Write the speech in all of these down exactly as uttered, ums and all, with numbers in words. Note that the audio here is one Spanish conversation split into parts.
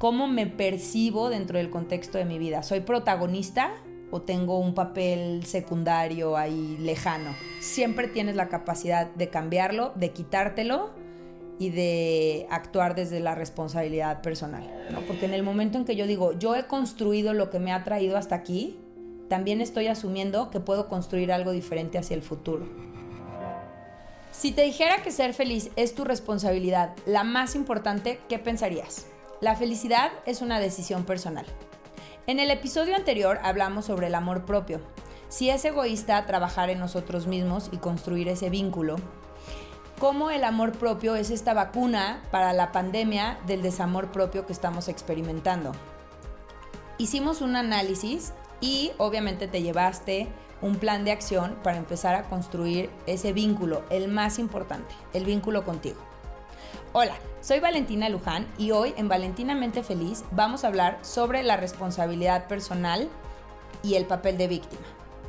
¿Cómo me percibo dentro del contexto de mi vida? ¿Soy protagonista o tengo un papel secundario ahí lejano? Siempre tienes la capacidad de cambiarlo, de quitártelo y de actuar desde la responsabilidad personal, ¿no? Porque en el momento en que yo digo, yo he construido lo que me ha traído hasta aquí, también estoy asumiendo que puedo construir algo diferente hacia el futuro. Si te dijera que ser feliz es tu responsabilidad, la más importante, ¿qué pensarías? La felicidad es una decisión personal. En el episodio anterior hablamos sobre el amor propio. Si es egoísta trabajar en nosotros mismos y construir ese vínculo, cómo el amor propio es esta vacuna para la pandemia del desamor propio que estamos experimentando. Hicimos un análisis y obviamente te llevaste un plan de acción para empezar a construir ese vínculo, el más importante, el vínculo contigo. Hola, soy Valentina Luján y hoy en Valentinamente Feliz vamos a hablar sobre la responsabilidad personal y el papel de víctima.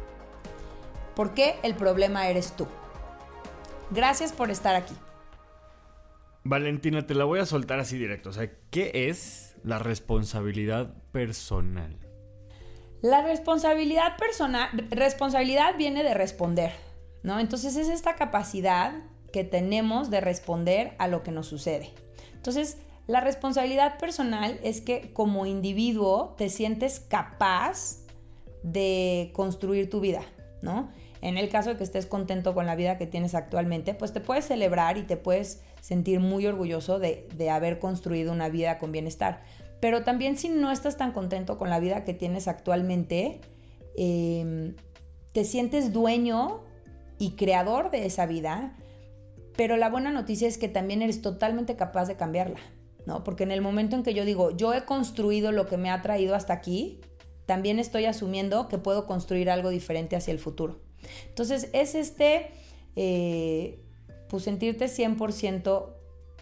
¿Por qué el problema eres tú? Gracias por estar aquí. Valentina, te la voy a soltar así directo. O sea, ¿qué es la responsabilidad personal? La responsabilidad personal, responsabilidad viene de responder, ¿no? Entonces es esta capacidad que tenemos de responder a lo que nos sucede. Entonces, la responsabilidad personal es que como individuo te sientes capaz de construir tu vida, ¿no? En el caso de que estés contento con la vida que tienes actualmente, pues te puedes celebrar y te puedes sentir muy orgulloso de, de haber construido una vida con bienestar. Pero también si no estás tan contento con la vida que tienes actualmente, eh, te sientes dueño y creador de esa vida, pero la buena noticia es que también eres totalmente capaz de cambiarla, ¿no? Porque en el momento en que yo digo, yo he construido lo que me ha traído hasta aquí, también estoy asumiendo que puedo construir algo diferente hacia el futuro. Entonces es este, eh, pues sentirte cien por ciento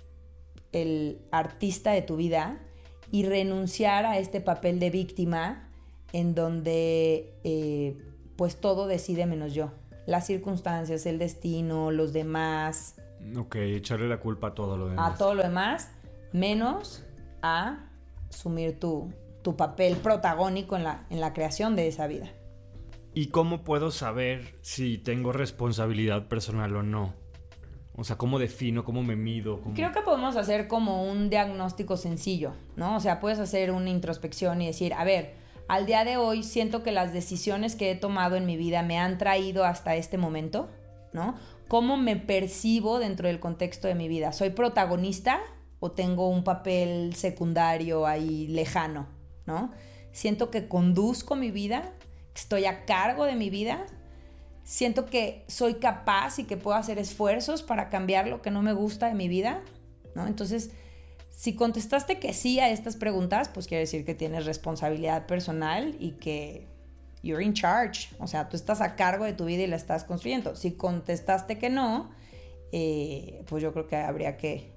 el artista de tu vida y renunciar a este papel de víctima en donde eh, pues todo decide menos yo. Las circunstancias, el destino, los demás. Ok, echarle la culpa a todo lo demás. A todo lo demás, menos a asumir tu, tu papel protagónico en la, en la creación de esa vida. ¿Y cómo puedo saber si tengo responsabilidad personal o no? O sea, ¿cómo defino? ¿Cómo me mido? ¿Cómo... Creo que podemos hacer como un diagnóstico sencillo, ¿no? O sea, puedes hacer una introspección y decir, a ver, al día de hoy siento que las decisiones que he tomado en mi vida me han traído hasta este momento, ¿no? ¿Cómo me percibo dentro del contexto de mi vida? ¿Soy protagonista o tengo un papel secundario ahí lejano, ¿no? Siento que conduzco mi vida, que estoy a cargo de mi vida. Siento que soy capaz y que puedo hacer esfuerzos para cambiar lo que no me gusta de mi vida, ¿no? Entonces, si contestaste que sí a estas preguntas, pues quiere decir que tienes responsabilidad personal y que you're in charge. O sea, tú estás a cargo de tu vida y la estás construyendo. Si contestaste que no, eh, pues yo creo que habría que...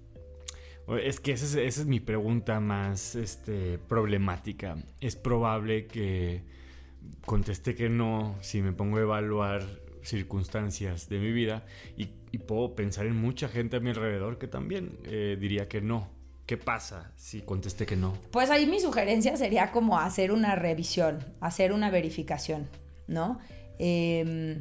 Es que esa es, esa es mi pregunta más este, problemática. Es probable que contesté que no si me pongo a evaluar circunstancias de mi vida y, y puedo pensar en mucha gente a mi alrededor que también eh, diría que no. ¿Qué pasa si contesté que no? Pues ahí mi sugerencia sería como hacer una revisión, hacer una verificación, ¿no? Eh,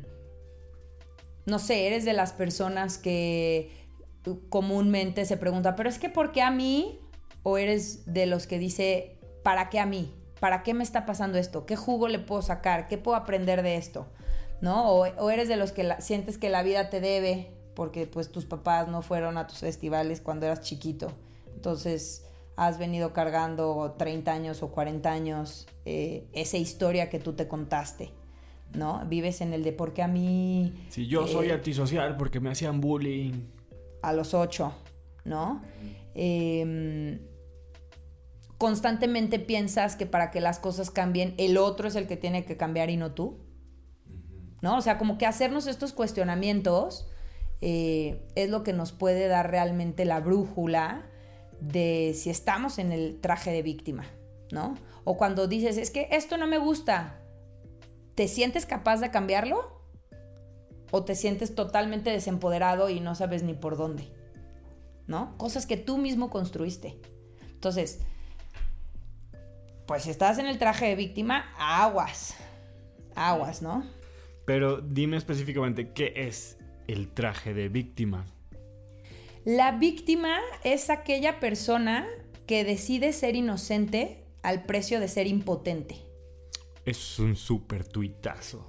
no sé, eres de las personas que comúnmente se pregunta, pero es que ¿por qué a mí? O eres de los que dice, ¿para qué a mí? ¿Para qué me está pasando esto? ¿Qué jugo le puedo sacar? ¿Qué puedo aprender de esto? ¿No? O, o eres de los que la, sientes que la vida te debe porque pues tus papás no fueron a tus festivales cuando eras chiquito. Entonces has venido cargando treinta años o cuarenta años eh, esa historia que tú te contaste, ¿no? Vives en el de ¿por qué a mí? Si yo eh, soy antisocial porque me hacían bullying. A los ocho, ¿no? Eh, constantemente piensas que para que las cosas cambien, el otro es el que tiene que cambiar y no tú, ¿no? O sea, como que hacernos estos cuestionamientos eh, es lo que nos puede dar realmente la brújula de si estamos en el traje de víctima, ¿no? O cuando dices, es que esto no me gusta, ¿te sientes capaz de cambiarlo? ¿O te sientes totalmente desempoderado y no sabes ni por dónde? ¿No? Cosas que tú mismo construiste. Entonces, pues si estás en el traje de víctima, aguas, aguas, ¿no? Pero dime específicamente, ¿qué es el traje de víctima? La víctima es aquella persona que decide ser inocente al precio de ser impotente. Es un súper tuitazo.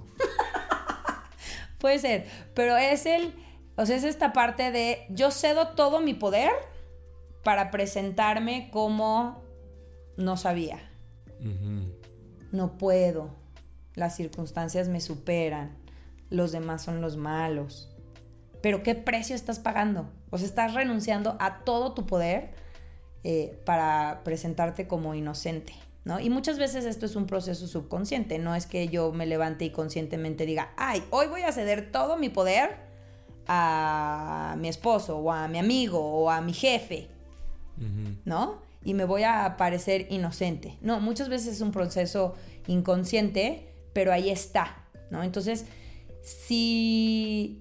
Puede ser, pero es el, o sea, es esta parte de yo cedo todo mi poder para presentarme como no sabía. Uh-huh. No puedo. Las circunstancias me superan. Los demás son los malos. Pero ¿qué precio estás pagando? O sea, estás renunciando a todo tu poder eh, para presentarte como inocente, ¿no? Y muchas veces esto es un proceso subconsciente. No es que yo me levante y conscientemente diga, ay, hoy voy a ceder todo mi poder a mi esposo o a mi amigo o a mi jefe, uh-huh. ¿no? Y me voy a parecer inocente. No, muchas veces es un proceso inconsciente, pero ahí está, ¿no? Entonces, si,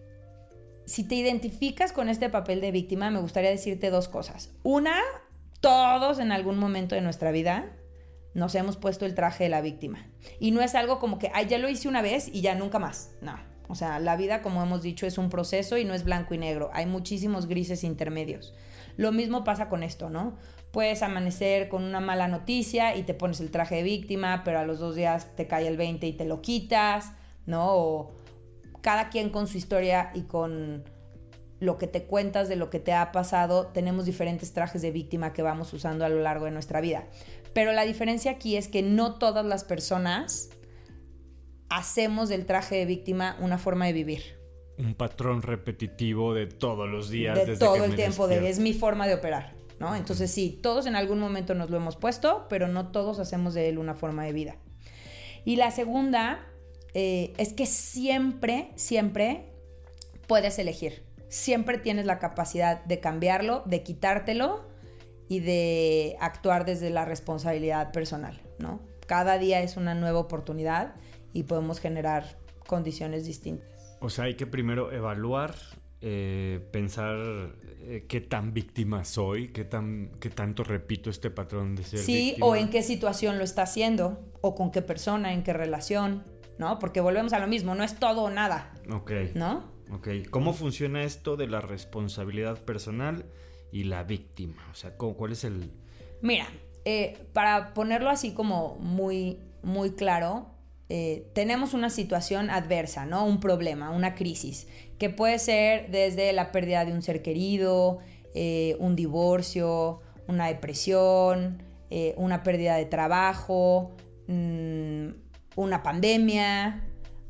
si te identificas con este papel de víctima, me gustaría decirte dos cosas. Una, todos en algún momento de nuestra vida nos hemos puesto el traje de la víctima. Y no es algo como que, ay, ya lo hice una vez y ya nunca más. No. O sea, la vida, como hemos dicho, es un proceso y no es blanco y negro. Hay muchísimos grises intermedios. Lo mismo pasa con esto, ¿no? Puedes amanecer con una mala noticia y te pones el traje de víctima, pero a los dos días te cae el veinte y te lo quitas, ¿no? O cada quien con su historia y con lo que te cuentas de lo que te ha pasado, tenemos diferentes trajes de víctima que vamos usando a lo largo de nuestra vida. Pero la diferencia aquí es que no todas las personas hacemos del traje de víctima una forma de vivir. Un patrón repetitivo de todos los días. De desde todo que el me tiempo, despierto. de, es mi forma de operar, ¿no? Entonces sí, todos en algún momento nos lo hemos puesto, pero no todos hacemos de él una forma de vida. Y la segunda eh, es que siempre, siempre puedes elegir. Siempre tienes la capacidad de cambiarlo, de quitártelo y de actuar desde la responsabilidad personal, ¿no? Cada día es una nueva oportunidad y podemos generar condiciones distintas. O sea, hay que primero evaluar, eh, pensar eh, qué tan víctima soy, qué, tan, qué tanto repito este patrón de ser sí, víctima. O en qué situación lo está haciendo, o con qué persona, en qué relación, ¿no? Porque volvemos a lo mismo, no es todo o nada. Ok. ¿No? Ok. ¿Cómo funciona esto de la responsabilidad personal y la víctima? O sea, ¿cuál es el...? Mira, eh, para ponerlo así como muy, muy claro... Eh, tenemos una situación adversa, ¿no? Un problema, una crisis, que puede ser desde la pérdida de un ser querido, eh, un divorcio, una depresión, eh, una pérdida de trabajo, mmm, una pandemia,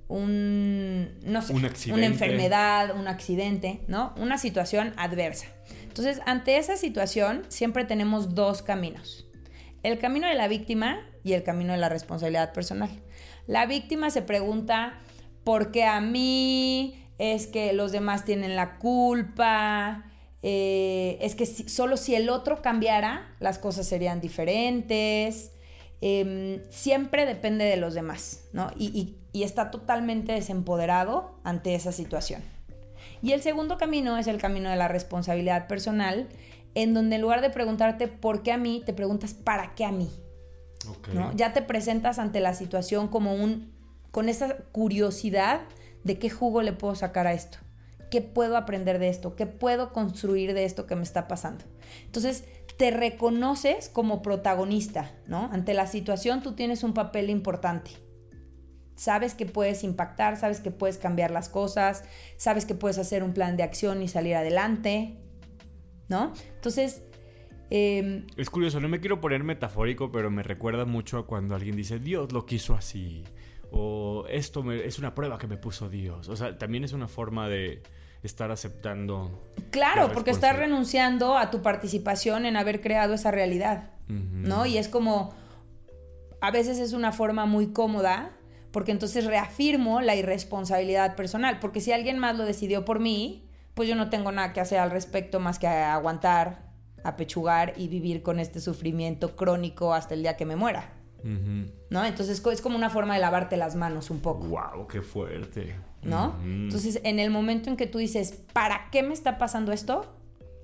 un, no sé, un accidente. Una enfermedad, un accidente, ¿no? Una situación adversa. Entonces, ante esa situación, siempre tenemos dos caminos. El camino de la víctima y el camino de la responsabilidad personal. La víctima se pregunta, ¿por qué a mí? Es que los demás tienen la culpa. Eh, es que si, solo si el otro cambiara, las cosas serían diferentes. Eh, siempre depende de los demás, ¿no? Y, y, y está totalmente desempoderado ante esa situación. Y el segundo camino es el camino de la responsabilidad personal, en donde en lugar de preguntarte ¿por qué a mí?, te preguntas ¿para qué a mí? Okay. ¿No? Ya te presentas ante la situación como un, con esa curiosidad de qué jugo le puedo sacar a esto, qué puedo aprender de esto, qué puedo construir de esto que me está pasando. Entonces te reconoces como protagonista, ¿no? Ante la situación tú tienes un papel importante. Sabes que puedes impactar, sabes que puedes cambiar las cosas, sabes que puedes hacer un plan de acción y salir adelante, ¿no? Entonces... Eh, es curioso, no me quiero poner metafórico, pero me recuerda mucho a cuando alguien dice Dios lo quiso así, o esto me, es una prueba que me puso Dios. O sea, también es una forma de estar aceptando. Claro, porque estás renunciando a tu participación en haber creado esa realidad, uh-huh. ¿no? Y es como, a veces es una forma muy cómoda, porque entonces reafirmo la irresponsabilidad personal, porque si alguien más lo decidió por mí, pues yo no tengo nada que hacer al respecto más que aguantar, apechugar y vivir con este sufrimiento crónico hasta el día que me muera, uh-huh. ¿no? Entonces es como una forma de lavarte las manos un poco. ¡Wow! ¡Qué fuerte! ¿No? Uh-huh. Entonces en el momento en que tú dices ¿para qué me está pasando esto?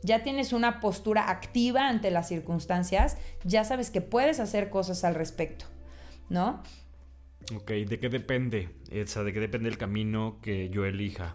ya tienes una postura activa ante las circunstancias, ya sabes que puedes hacer cosas al respecto, ¿no? Ok, ¿de qué depende? O sea, ¿de qué depende el camino que yo elija?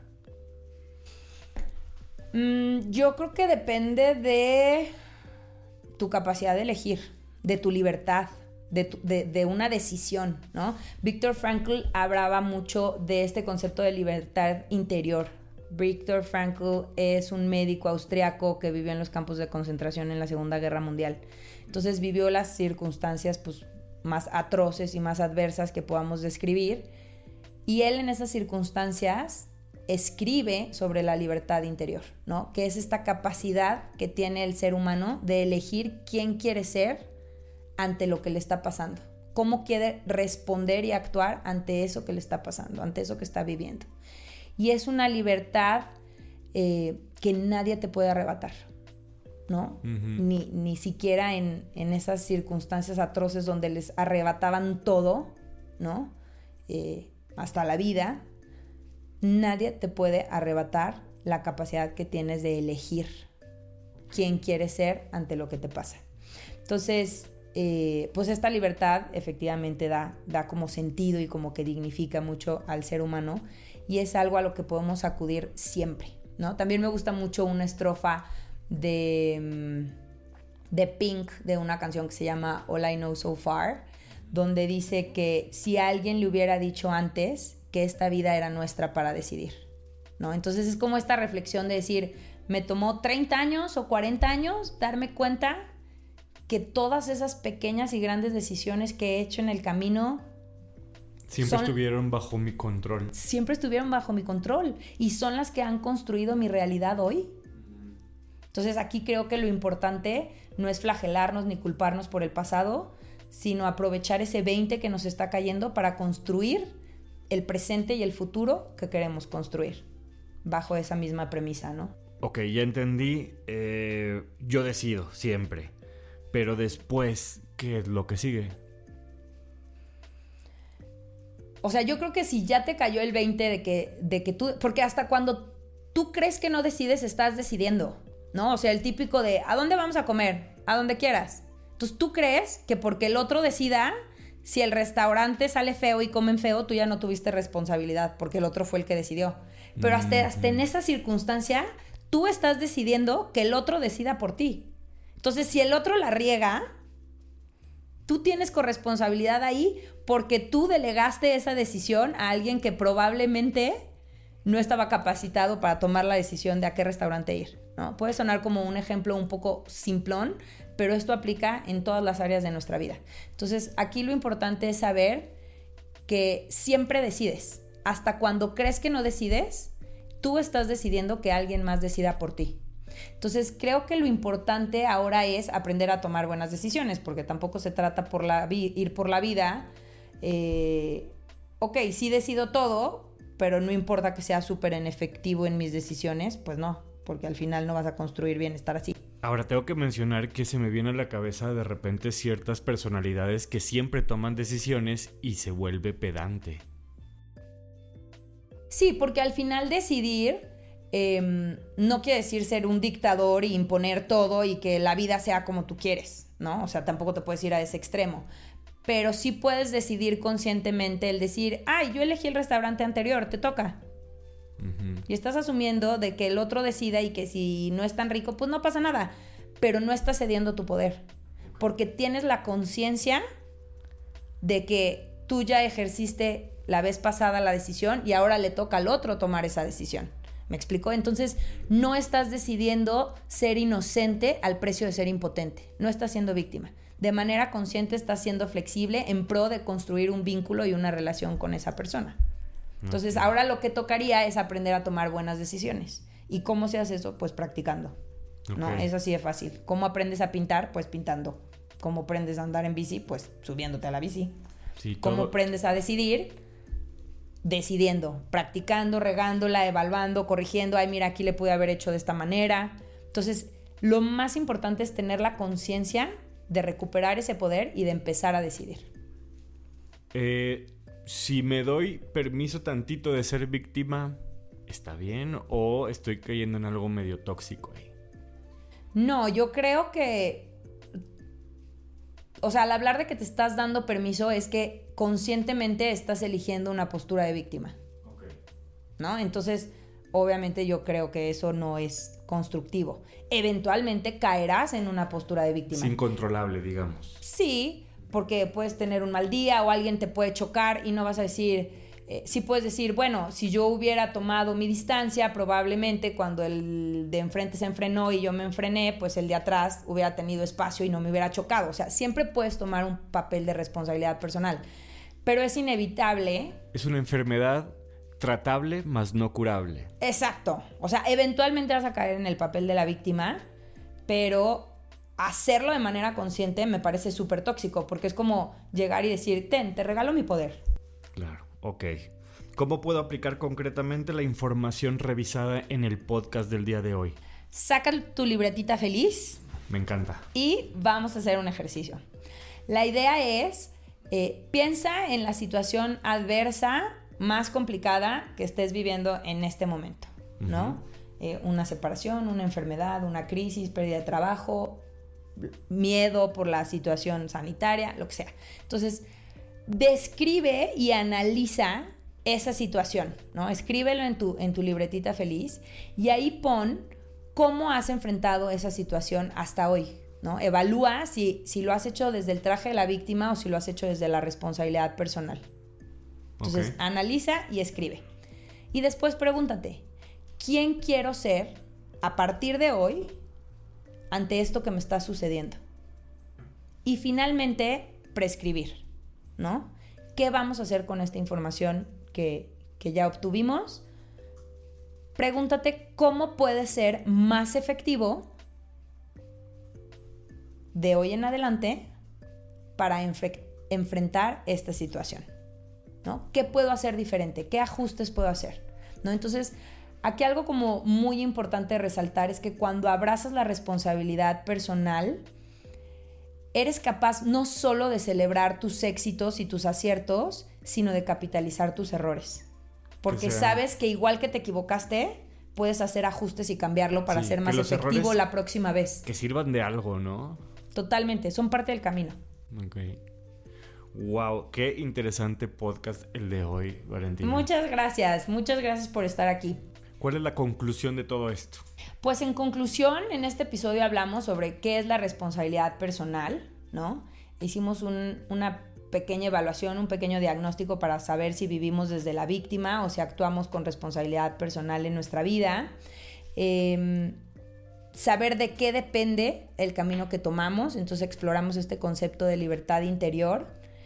Mm, yo creo que depende de tu capacidad de elegir, de tu libertad, de, tu, de, de una decisión, ¿no? Viktor Frankl hablaba mucho de este concepto de libertad interior. Viktor Frankl es un médico austriaco que vivió en los campos de concentración en la Segunda Guerra Mundial. Entonces vivió las circunstancias pues, más atroces y más adversas que podamos describir. Y él en esas circunstancias escribe sobre la libertad interior, ¿no? Que es esta capacidad que tiene el ser humano de elegir quién quiere ser ante lo que le está pasando. Cómo quiere responder y actuar ante eso que le está pasando, ante eso que está viviendo. Y es una libertad eh, que nadie te puede arrebatar, ¿no? Uh-huh. Ni, ni siquiera en, en esas circunstancias atroces donde les arrebataban todo, ¿no? Eh, hasta la vida, nadie te puede arrebatar la capacidad que tienes de elegir quién quieres ser ante lo que te pasa. Entonces, eh, pues esta libertad efectivamente da, da como sentido y como que dignifica mucho al ser humano. Y es algo a lo que podemos acudir siempre, ¿no? También me gusta mucho una estrofa de, de Pink, de una canción que se llama All I Know So Far, donde dice que si alguien le hubiera dicho antes que esta vida era nuestra para decidir, ¿no? Entonces es como esta reflexión de decir, me tomó treinta años o cuarenta años darme cuenta que todas esas pequeñas y grandes decisiones que he hecho en el camino Siempre son, estuvieron bajo mi control. Siempre estuvieron bajo mi control. Y son las que han construido mi realidad hoy. Entonces aquí creo que lo importante no es flagelarnos ni culparnos por el pasado, sino aprovechar ese veinte que nos está cayendo para construir el presente y el futuro que queremos construir. Bajo esa misma premisa, ¿no? Ok, ya entendí. Eh, yo decido siempre. Pero después, ¿qué es lo que sigue? O sea, yo creo que si ya te cayó el veinte de que, de que tú... Porque hasta cuando tú crees que no decides, estás decidiendo, ¿no? O sea, el típico de, ¿a dónde vamos a comer? A donde quieras. Entonces, tú crees que porque el otro decida, si el restaurante sale feo y comen feo, tú ya no tuviste responsabilidad, porque el otro fue el que decidió. Pero hasta, mm-hmm. hasta en esa circunstancia, tú estás decidiendo que el otro decida por ti. Entonces, si el otro la riega, tú tienes corresponsabilidad ahí porque tú delegaste esa decisión a alguien que probablemente no estaba capacitado para tomar la decisión de a qué restaurante ir, ¿no? Puede sonar como un ejemplo un poco simplón, pero esto aplica en todas las áreas de nuestra vida. Entonces, aquí lo importante es saber que siempre decides. Hasta cuando crees que no decides, tú estás decidiendo que alguien más decida por ti. Entonces creo que lo importante ahora es aprender a tomar buenas decisiones, porque tampoco se trata por la vi- ir por la vida, eh, ok, sí decido todo, pero no importa que sea súper inefectivo en mis decisiones, pues no, porque al final no vas a construir bienestar así. Ahora tengo que mencionar que se me viene a la cabeza de repente ciertas personalidades que siempre toman decisiones y se vuelve pedante. Sí, porque al final decidir... Eh, no quiere decir ser un dictador y imponer todo y que la vida sea como tú quieres, ¿no? O sea, tampoco te puedes ir a ese extremo. Pero sí puedes decidir conscientemente el decir, ay, yo elegí el restaurante anterior, te toca. Uh-huh. Y estás asumiendo de que el otro decida y que si no es tan rico, pues no pasa nada. Pero no estás cediendo tu poder. Porque tienes la conciencia de que tú ya ejerciste la vez pasada la decisión y ahora le toca al otro tomar esa decisión. ¿Me explico? Entonces, no estás decidiendo ser inocente al precio de ser impotente. No estás siendo víctima. De manera consciente estás siendo flexible en pro de construir un vínculo y una relación con esa persona. Entonces, okay. Ahora lo que tocaría es aprender a tomar buenas decisiones. ¿Y cómo se hace eso? Pues practicando. Okay. ¿No? Es así de fácil. ¿Cómo aprendes a pintar? Pues pintando. ¿Cómo aprendes a andar en bici? Pues subiéndote a la bici. Sí, todo... ¿Cómo aprendes a decidir? Decidiendo, practicando, regándola, evaluando, corrigiendo. Ay, mira, aquí le pude haber hecho de esta manera. Entonces, lo más importante es tener la conciencia de recuperar ese poder y de empezar a decidir. Eh, si me doy permiso tantito de ser víctima, ¿está bien? ¿O estoy cayendo en algo medio tóxico ahí? No, yo creo que... O sea, al hablar de que te estás dando permiso es que conscientemente estás eligiendo una postura de víctima. Okay. ¿No? Entonces, obviamente yo creo que eso no es constructivo. Eventualmente caerás en una postura de víctima. Es incontrolable, digamos. Sí, porque puedes tener un mal día o alguien te puede chocar y no vas a decir... Eh, sí puedes decir, bueno, si yo hubiera tomado mi distancia, probablemente cuando el de enfrente se enfrenó y yo me enfrené, pues el de atrás hubiera tenido espacio y no me hubiera chocado. O sea, siempre puedes tomar un papel de responsabilidad personal. Pero es inevitable. Es una enfermedad tratable, más no curable. Exacto. O sea, eventualmente vas a caer en el papel de la víctima, pero hacerlo de manera consciente me parece súper tóxico, porque es como llegar y decir, ten, te regalo mi poder. Claro. Ok. ¿Cómo puedo aplicar concretamente la información revisada en el podcast del día de hoy? Saca tu libretita feliz. Me encanta. Y vamos a hacer un ejercicio. La idea es, eh, piensa en la situación adversa más complicada que estés viviendo en este momento, ¿no? Uh-huh. Eh, una separación, una enfermedad, una crisis, pérdida de trabajo, miedo por la situación sanitaria, lo que sea. Entonces, describe y analiza esa situación, ¿no? Escríbelo en tu, en tu libretita feliz y ahí pon cómo has enfrentado esa situación hasta hoy, ¿no? Evalúa si, si lo has hecho desde el traje de la víctima o si lo has hecho desde la responsabilidad personal. Entonces, okay. Analiza y escribe. Y después pregúntate, ¿quién quiero ser a partir de hoy ante esto que me está sucediendo? Y finalmente, prescribir, ¿no? ¿Qué vamos a hacer con esta información que, que ya obtuvimos? Pregúntate cómo puede ser más efectivo de hoy en adelante para enfre- enfrentar esta situación, ¿no? ¿Qué puedo hacer diferente? ¿Qué ajustes puedo hacer? ¿No? Entonces, aquí algo como muy importante de resaltar es que cuando abrazas la responsabilidad personal, eres capaz no solo de celebrar tus éxitos y tus aciertos, sino de capitalizar tus errores. Porque sabes que igual que te equivocaste, puedes hacer ajustes y cambiarlo para sí, ser más efectivo la próxima vez. Que sirvan de algo, ¿no? Totalmente, son parte del camino. Ok. Wow, qué interesante podcast el de hoy, Valentina. Muchas gracias, muchas gracias por estar aquí. ¿Cuál es la conclusión de todo esto? Pues en conclusión, en este episodio hablamos sobre qué es la responsabilidad personal, ¿no? Hicimos un, una pequeña evaluación, un pequeño diagnóstico para saber si vivimos desde la víctima o si actuamos con responsabilidad personal en nuestra vida. Eh, saber de qué depende el camino que tomamos, entonces exploramos este concepto de libertad interior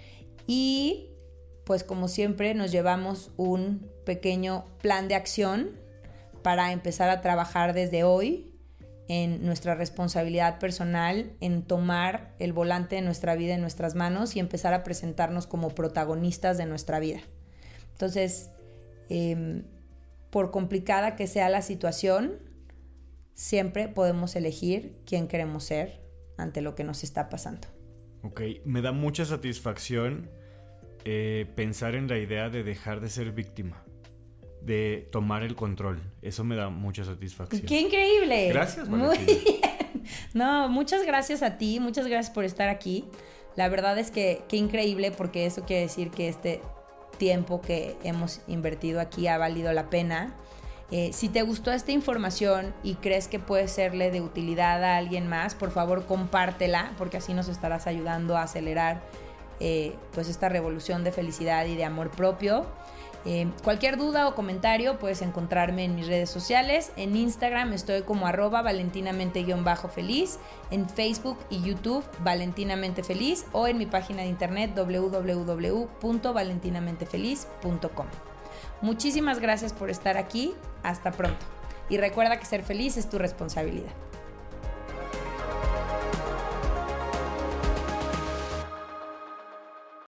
y pues como siempre nos llevamos un pequeño plan de acción para empezar a trabajar desde hoy en nuestra responsabilidad personal, en tomar el volante de nuestra vida en nuestras manos y empezar a presentarnos como protagonistas de nuestra vida. Entonces, eh, por complicada que sea la situación, siempre podemos elegir quién queremos ser ante lo que nos está pasando. Ok, me da mucha satisfacción eh, pensar en la idea de dejar de ser víctima, de tomar el control. Eso me da mucha satisfacción. ¡Qué increíble! Gracias, Valentina. Muy bien. No, muchas gracias a ti, muchas gracias por estar aquí. La verdad es que qué increíble, porque eso quiere decir que este tiempo que hemos invertido aquí ha valido la pena. Eh, si te gustó esta información y crees que puede serle de utilidad a alguien más, por favor compártela, porque así nos estarás ayudando a acelerar eh, pues esta revolución de felicidad y de amor propio. Eh, cualquier duda o comentario puedes encontrarme en mis redes sociales. En Instagram estoy como arroba valentinamente-feliz, en Facebook y YouTube valentinamente feliz o en mi página de internet doble u doble u doble u punto valentinamente feliz punto com. Muchísimas gracias por estar aquí. Hasta pronto. Y recuerda que ser feliz es tu responsabilidad.